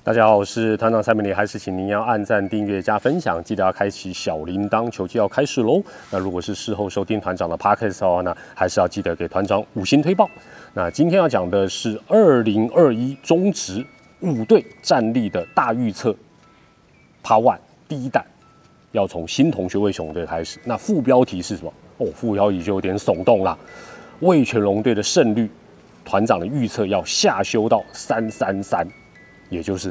大家好，我是团长蔡明礼，还是请您要按赞、订阅、加分享，记得要开启小铃铛。球季要开始喽！那如果是事后收听团长的 podcast 的话呢，还是要记得给团长5星推爆。那今天要讲的是2021中职5队战力的大预测 Part 1第一弹，要从新同学味全龙队开始。那副标题是什么？副标题就有点耸动啦。味全龙队的胜率，团长的预测要下修到333。也就是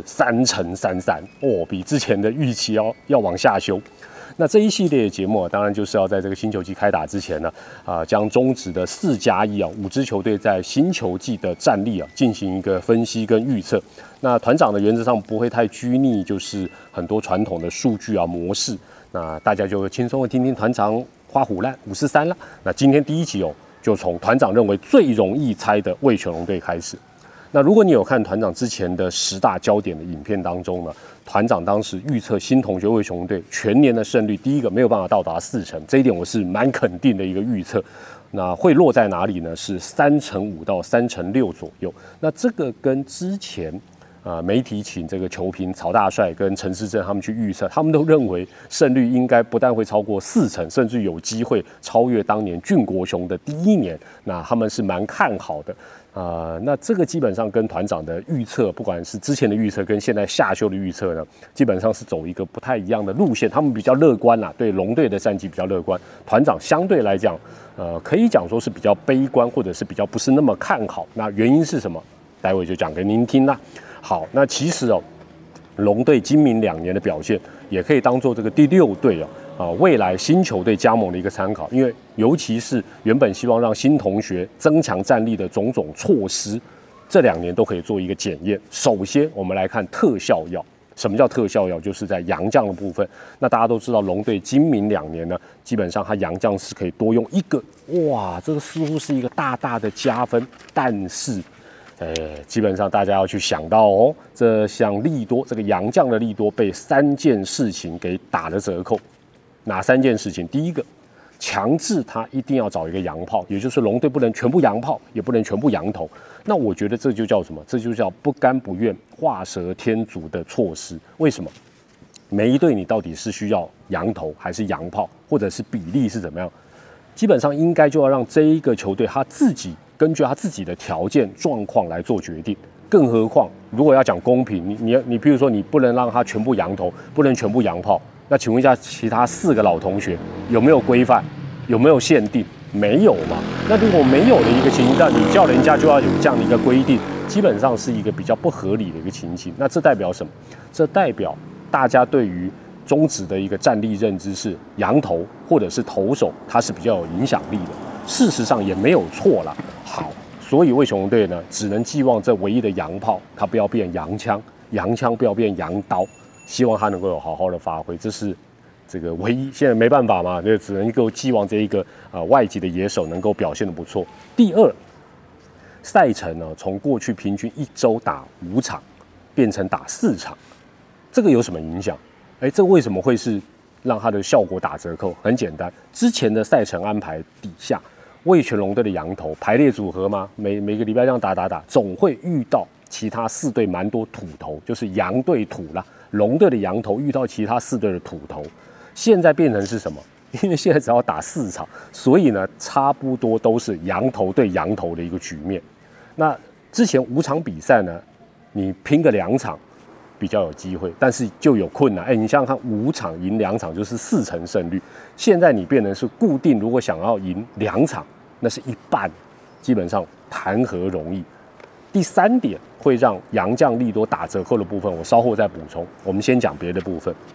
3×33比之前的预期要往下修。那这一系列的节目当然就是要在这个新球季开打之前呢，将中职的4+15支球队在新球季的战力进行一个分析跟预测。那团长的原则上不会太拘泥，就是很多传统的数据模式，那大家就轻松的听听团长花虎烂543啦。那今天第一集就从团长认为最容易猜的味全龙队开始。那如果你有看团长之前的10大焦点的影片当中呢，团长当时预测新同学味全龙队全年的胜率，第一个没有办法到达40%，这一点我是蛮肯定的一个预测。那会落在哪里呢？是3×5到3×6左右。那这个跟之前媒体请这个球评曹大帅跟陈世正他们去预测，他们都认为胜率应该不但会超过40%，甚至有机会超越当年俊国雄的第1年。那他们是蛮看好的。那这个基本上跟团长的预测，不管是之前的预测跟现在下修的预测呢，基本上是走一个不太一样的路线。他们比较乐观啦，对龙队的战绩比较乐观。团长相对来讲，可以讲说是比较悲观，或者是比较不是那么看好。那原因是什么？待会就讲给您听啦。好，那其实龙队今明2年的表现，也可以当做这个第6队未来新球队加盟的一个参考，因为尤其是原本希望让新同学增强战力的种种措施，这2年都可以做一个检验。首先，我们来看特效药。什么叫特效药？就是在洋将的部分。那大家都知道，龙队今明2年呢，基本上他洋将是可以多用1个，哇，这个似乎是一个大大的加分。但是，基本上大家要去想到这像利多，这个洋将的利多被3件事情给打了折扣。哪3件事情？第一个，强制他一定要找一个洋炮，也就是龙队不能全部洋炮，也不能全部洋头。那我觉得这就叫什么？这就叫不甘不愿、画蛇添足的措施。为什么？每一队你到底是需要洋头还是洋炮，或者是比例是怎么样？基本上应该就要让这一个球队他自己根据他自己的条件状况来做决定。更何况，如果要讲公平，你譬如说你不能让他全部洋头，不能全部洋炮。那请问一下，其他4个老同学有没有规范？有没有限定？没有嘛？那如果没有的一个情形下，你叫人家就要有这样的一个规定，基本上是一个比较不合理的一个情形。那这代表什么？这代表大家对于中职的一个战力认知是洋投或者是投手，它是比较有影响力的。事实上也没有错啦。好，所以味全龙队呢，只能寄望这唯一的洋炮，它不要变洋枪，洋枪不要变洋刀。希望他能够有好好的发挥，这是这个唯一。现在没办法嘛，就只能够寄望这一个外籍的野手能够表现得不错。第二，赛程呢从过去平均1周打5场，变成打4场，这个有什么影响？这为什么会是让它的效果打折扣？很简单，之前的赛程安排底下，味全龙队的洋头排列组合嘛，每个礼拜这样打，总会遇到其他4队蛮多土头，就是洋对土啦。龙队的洋头遇到其他4队的土头，现在变成是什么？因为现在只要打4场，所以呢，差不多都是洋头对洋头的一个局面。那之前5场比赛呢，你拼个2场比较有机会，但是就有困难。你想想看，5场赢2场就是40%胜率，现在你变成是固定，如果想要赢2场，那是1半，基本上谈何容易？第3点会让洋将利多打折扣的部分，我稍后再补充。我们先讲别的部分。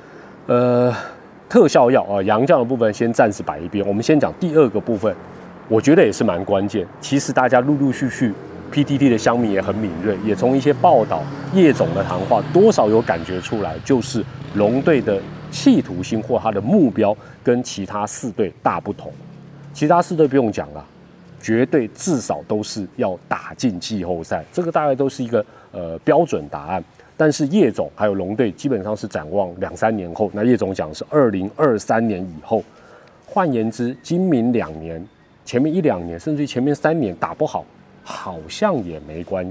特效药洋将的部分先暂时摆一边。我们先讲第2个部分，我觉得也是蛮关键。其实大家陆陆续续 ，PTT 的乡民也很敏锐，也从一些报道、叶总的谈话，多少有感觉出来，就是龙队的企图心或他的目标跟其他4队大不同。其他4队不用讲了。绝对至少都是要打进季后赛，这个大概都是一个标准答案。但是叶总还有龙队基本上是展望2-3年后，那叶总讲是2023年以后。换言之，今明2年，前面1-2年，甚至于前面3年打不好，好像也没关系。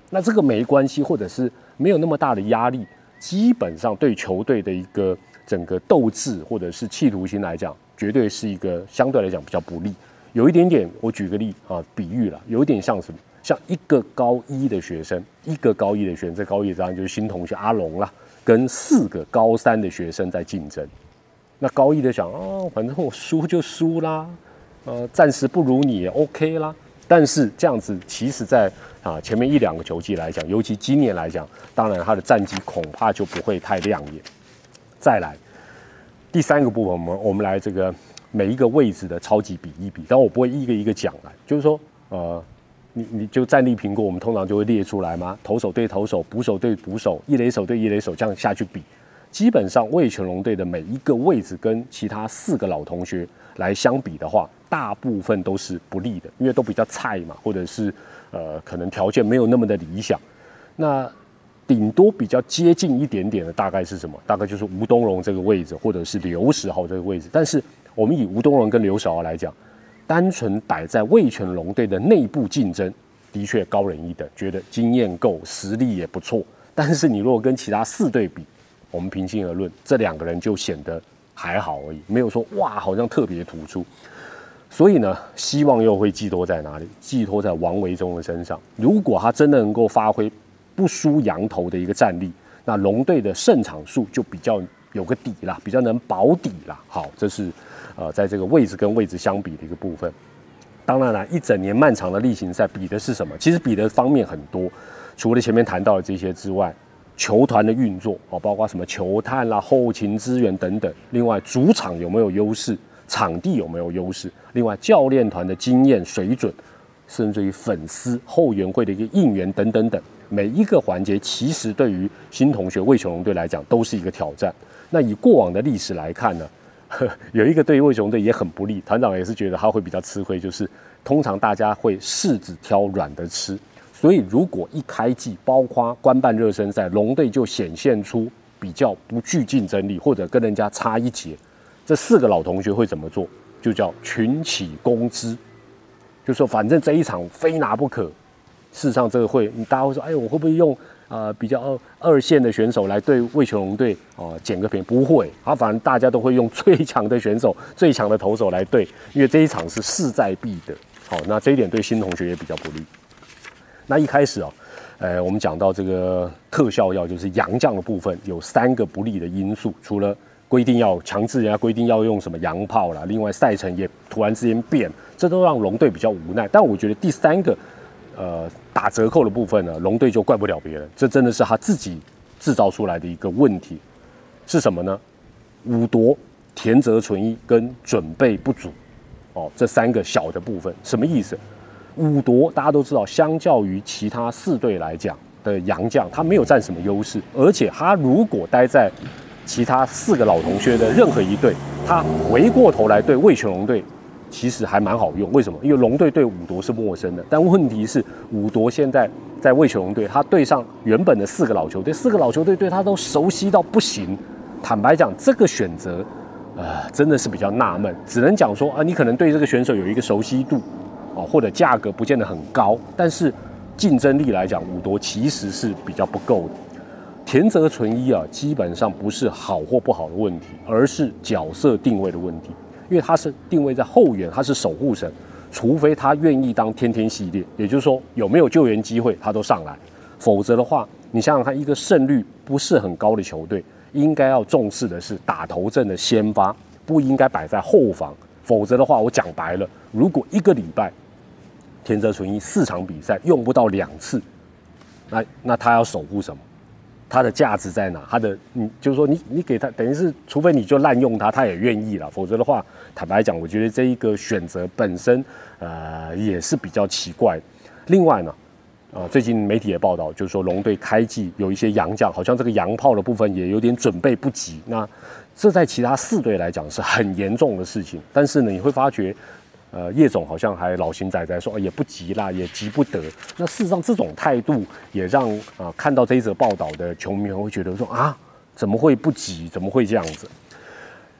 那这个没关系，或者是没有那么大的压力，基本上对球队的一个整个斗志或者是企图心来讲，绝对是一个相对来讲比较不利。有一点点，我举个例啊，比喻了，有一点像什么？像一个高一的学生，这高一当然就是新同学阿龙啦，跟4个高3的学生在竞争。那高一的想反正我输就输啦，暂时不如你也 OK 啦。但是这样子，其实在前面1、2个球季来讲，尤其今年来讲，当然他的战绩恐怕就不会太亮眼。再来第3个部分，我们来这个每一个位置的超级比一比，但我不会一个一个讲来，就是说你就战力评估，我们通常就会列出来嘛，投手对投手，捕手对捕手，一垒手对一垒手，这样下去比。基本上味全龙队的每一个位置跟其他4个老同学来相比的话，大部分都是不利的，因为都比较菜嘛，或者是可能条件没有那么的理想。那顶多比较接近一点点的大概是什么？大概就是吴东荣这个位置，或者是刘时豪这个位置。但是我们以吴东荣跟刘时豪来讲，单纯摆在味全龙队的内部竞争，的确高人一等，觉得经验够，实力也不错。但是你如果跟其他4队比，我们平心而论，这2个人就显得还好而已，没有说哇好像特别突出。所以呢，希望又会寄托在哪里？寄托在王维忠的身上。如果他真的能够发挥不输洋投的一个战力，那龙队的胜场数就比较有个底啦，比较能保底啦。好，这是在这个位置跟位置相比的一个部分。当然了，一整年漫长的例行赛比的是什么？其实比的方面很多，除了前面谈到的这些之外，球团的运作包括什么球探啦、后勤资源等等。另外，主场有没有优势？场地有没有优势？另外，教练团的经验水准，甚至于粉丝、后援会的一个应援等等等，每一个环节其实对于新同学味全龙队来讲都是一个挑战。那以过往的历史来看呢，有一个对味全龙队也很不利，团长也是觉得他会比较吃亏，就是通常大家会柿子挑软的吃。所以如果一开季，包括官办热身赛，龙队就显现出比较不具竞争力，或者跟人家差一截，这4个老同学会怎么做？就叫群起攻之，就说反正这一场非拿不可。事实上，这个大家会说，哎，我会不会用比较2线的选手来对味全龙队捡个便宜？不会，反正大家都会用最强的选手、最强的投手来对，因为这一场是势在必得。好，那这一点对新同学也比较不利。那一开始我们讲到这个特效药，就是洋将的部分，有3个不利的因素，除了规定要强制人家规定要用什么洋炮啦，另外赛程也突然之间变，这都让龙队比较无奈。但我觉得第3个打折扣的部分呢，龙队就怪不了别人，这真的是他自己制造出来的一个问题。是什么呢？武夺、田泽纯一跟准备不足这3个小的部分，什么意思？武夺大家都知道，相较于其他4队来讲的洋将，他没有占什么优势，而且他如果待在其他4个老同学的任何一队，他回过头来对味全龙队其实还蛮好用。为什么？因为龙队对武夺是陌生的，但问题是武夺现在在味全龙队，他对上原本的4个老球队，4个老球队对他都熟悉到不行。坦白讲，这个选择真的是比较纳闷，只能讲说你可能对这个选手有一个熟悉度或者价格不见得很高，但是竞争力来讲，武夺其实是比较不够的。田泽纯一基本上不是好或不好的问题，而是角色定位的问题。因为他是定位在后援，他是守护神，除非他愿意当天天系列，也就是说有没有救援机会他都上来，否则的话，你想想看，一个胜率不是很高的球队，应该要重视的是打头阵的先发，不应该摆在后防。否则的话，我讲白了，如果一个礼拜田泽纯一4场比赛用不到2次，那他要守护什么？他的价值在哪？就是说你给他，等于是除非你就滥用他，他也愿意了，否则的话，坦白讲，我觉得这一个选择本身也是比较奇怪。另外呢，最近媒体也报道，就是说龙队开季有一些洋将，好像这个洋炮的部分也有点准备不及。那这在其他4队来讲是很严重的事情，但是呢，你会发觉。叶总好像还老神仔仔说，也不急啦，也急不得。那事实上，这种态度也让看到这一则报道的球迷会觉得说怎么会不急？怎么会这样子？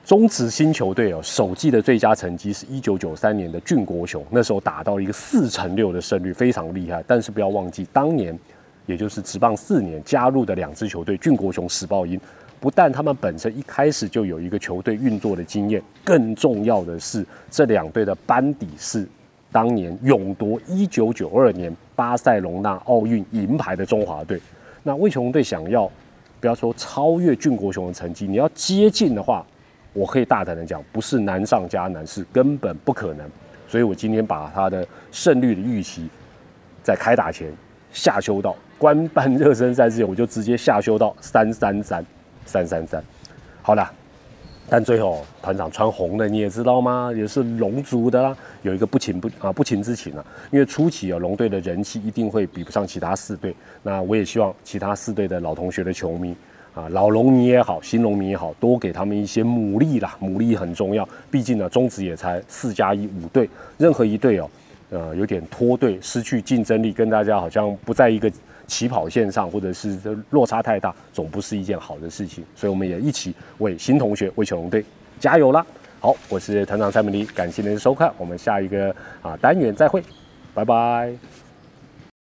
中职新球队哦，首季的最佳成绩是1993年的俊国雄，那时候打到一个4成6的胜率，非常厉害。但是不要忘记，当年也就是职棒4年加入的2支球队俊国雄、时报鹰，不但他们本身一开始就有一个球队运作的经验，更重要的是这2队的班底是当年勇夺1992年巴塞隆纳奥运银牌的中华队。那味全龙队想要不要说超越俊国雄的成绩，你要接近的话，我可以大胆的讲，不是难上加难，是根本不可能。所以我今天把他的胜率的预期，在开打前下修到官办热身赛之前，我就直接下修到333。好啦，但最后团长穿红的你也知道吗？也是龙族的啦，有一个不情之请啊。因为初期龙队的人气一定会比不上其他4队，那我也希望其他4队的老同学的球迷。老龙迷也好，新龙迷也好，多给他们一些牡蛎啦，牡蛎很重要。毕竟呢，中职也才4+1，5队，任何一队有点脱队，失去竞争力，跟大家好像不在一个起跑线上，或者是落差太大，总不是一件好的事情。所以我们也一起为新同学、为全龙队加油啦！好，我是团长蔡明黎，感谢您的收看，我们下一个单元再会，拜拜。